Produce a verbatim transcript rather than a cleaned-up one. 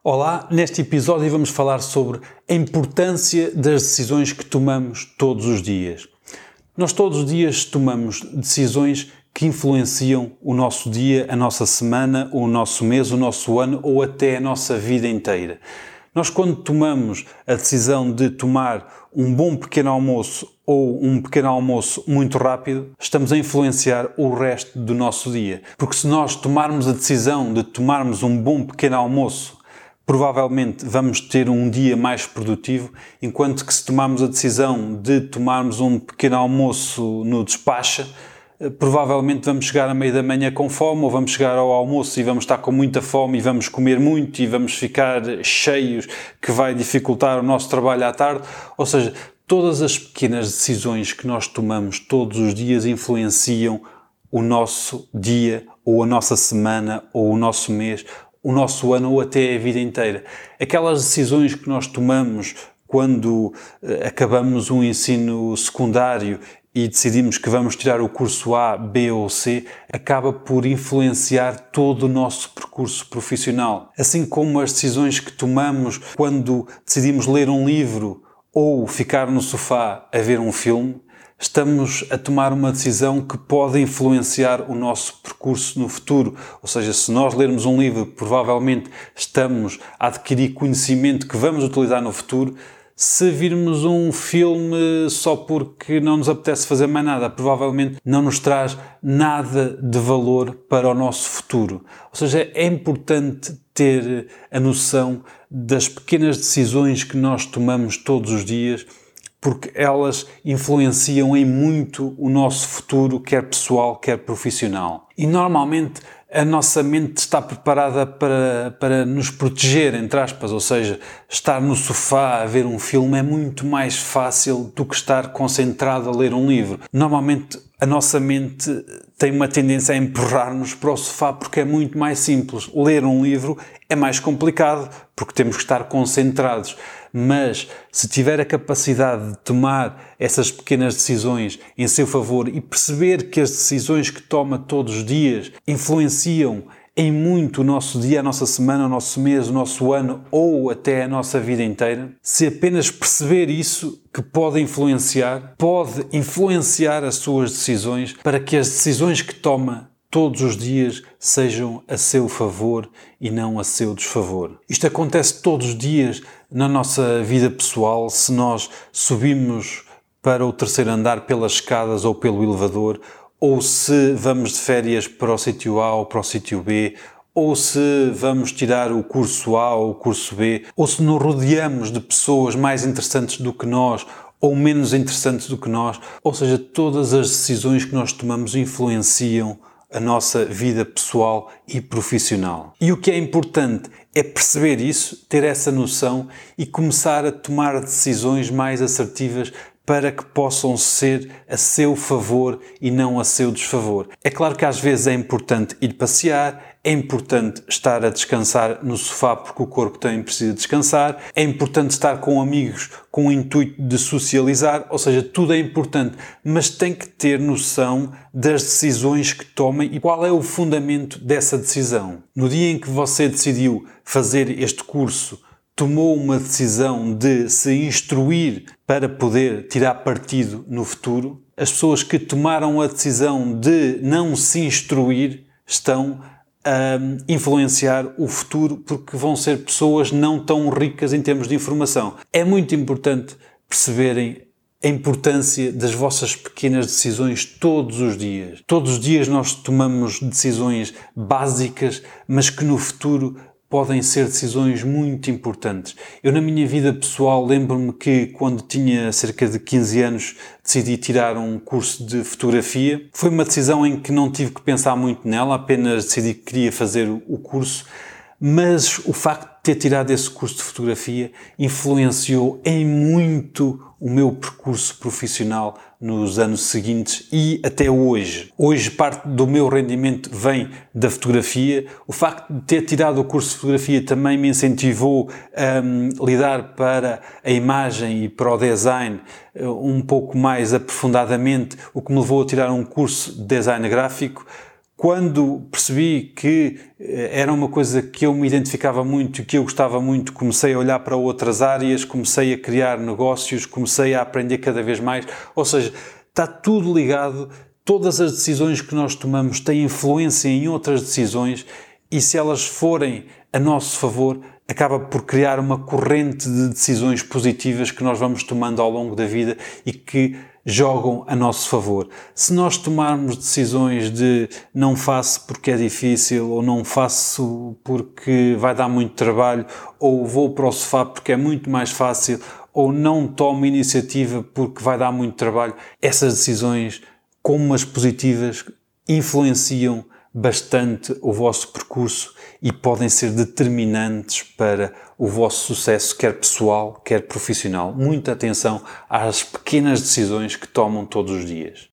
Olá, neste episódio vamos falar sobre a importância das decisões que tomamos todos os dias. Nós todos os dias tomamos decisões que influenciam o nosso dia, a nossa semana, o nosso mês, o nosso ano ou até a nossa vida inteira. Nós, quando tomamos a decisão de tomar um bom pequeno almoço ou um pequeno almoço muito rápido, estamos a influenciar o resto do nosso dia. Porque se nós tomarmos a decisão de tomarmos um bom pequeno almoço, provavelmente vamos ter um dia mais produtivo, enquanto que se tomarmos a decisão de tomarmos um pequeno almoço no despacho, provavelmente vamos chegar à meia da manhã com fome, ou vamos chegar ao almoço e vamos estar com muita fome e vamos comer muito e vamos ficar cheios, que vai dificultar o nosso trabalho à tarde. Ou seja, todas as pequenas decisões que nós tomamos todos os dias influenciam o nosso dia, ou a nossa semana, ou o nosso mês, o nosso ano ou até a vida inteira. Aquelas decisões que nós tomamos quando acabamos um ensino secundário e decidimos que vamos tirar o curso A, B ou C, acaba por influenciar todo o nosso percurso profissional. Assim como as decisões que tomamos quando decidimos ler um livro ou ficar no sofá a ver um filme, estamos a tomar uma decisão que pode influenciar o nosso percurso no futuro. Ou seja, se nós lermos um livro, provavelmente estamos a adquirir conhecimento que vamos utilizar no futuro. Se virmos um filme só porque não nos apetece fazer mais nada, provavelmente não nos traz nada de valor para o nosso futuro. Ou seja, é importante ter a noção das pequenas decisões que nós tomamos todos os dias, porque elas influenciam em muito o nosso futuro, quer pessoal, quer profissional. E normalmente a nossa mente está preparada para, para nos proteger, entre aspas, ou seja, estar no sofá a ver um filme é muito mais fácil do que estar concentrado a ler um livro. Normalmente a nossa mente tem uma tendência a empurrar-nos para o sofá porque é muito mais simples. Ler um livro é mais complicado porque temos que estar concentrados. Mas se tiver a capacidade de tomar essas pequenas decisões em seu favor e perceber que as decisões que toma todos os dias influenciam em muito o nosso dia, a nossa semana, o nosso mês, o nosso ano ou até a nossa vida inteira, se apenas perceber isso que pode influenciar, pode influenciar as suas decisões para que as decisões que toma todos os dias sejam a seu favor e não a seu desfavor. Isto acontece todos os dias na nossa vida pessoal. Se nós subimos para o terceiro andar pelas escadas ou pelo elevador, ou se vamos de férias para o sítio A ou para o sítio B, ou se vamos tirar o curso A ou o curso B, ou se nos rodeamos de pessoas mais interessantes do que nós ou menos interessantes do que nós, ou seja, todas as decisões que nós tomamos influenciam a nossa vida pessoal e profissional. E o que é importante é perceber isso, ter essa noção e começar a tomar decisões mais assertivas para que possam ser a seu favor e não a seu desfavor. É claro que às vezes é importante ir passear, é importante estar a descansar no sofá porque o corpo também precisa descansar, é importante estar com amigos com o intuito de socializar, ou seja, tudo é importante, mas tem que ter noção das decisões que toma e qual é o fundamento dessa decisão. No dia em que você decidiu fazer este curso, tomou uma decisão de se instruir para poder tirar partido no futuro, as pessoas que tomaram a decisão de não se instruir estão a influenciar o futuro porque vão ser pessoas não tão ricas em termos de informação. É muito importante perceberem a importância das vossas pequenas decisões todos os dias. Todos os dias nós tomamos decisões básicas, mas que no futuro podem ser decisões muito importantes. Eu, na minha vida pessoal, lembro-me que quando tinha cerca de quinze anos decidi tirar um curso de fotografia. Foi uma decisão em que não tive que pensar muito nela, apenas decidi que queria fazer o curso, mas o facto de ter tirado esse curso de fotografia influenciou em muito o meu percurso profissional nos anos seguintes e até hoje. Hoje parte do meu rendimento vem da fotografia. O facto de ter tirado o curso de fotografia também me incentivou a um, lidar para a imagem e para o design um pouco mais aprofundadamente, o que me levou a tirar um curso de design gráfico. Quando percebi que era uma coisa que eu me identificava muito e que eu gostava muito, comecei a olhar para outras áreas, comecei a criar negócios, comecei a aprender cada vez mais. Ou seja, está tudo ligado, todas as decisões que nós tomamos têm influência em outras decisões e se elas forem a nosso favor, acaba por criar uma corrente de decisões positivas que nós vamos tomando ao longo da vida e que jogam a nosso favor. Se nós tomarmos decisões de não faço porque é difícil, ou não faço porque vai dar muito trabalho, ou vou para o sofá porque é muito mais fácil, ou não tomo iniciativa porque vai dar muito trabalho, essas decisões, como as positivas, influenciam bastante o vosso percurso e podem ser determinantes para o vosso sucesso, quer pessoal, quer profissional. Muita atenção às pequenas decisões que tomam todos os dias.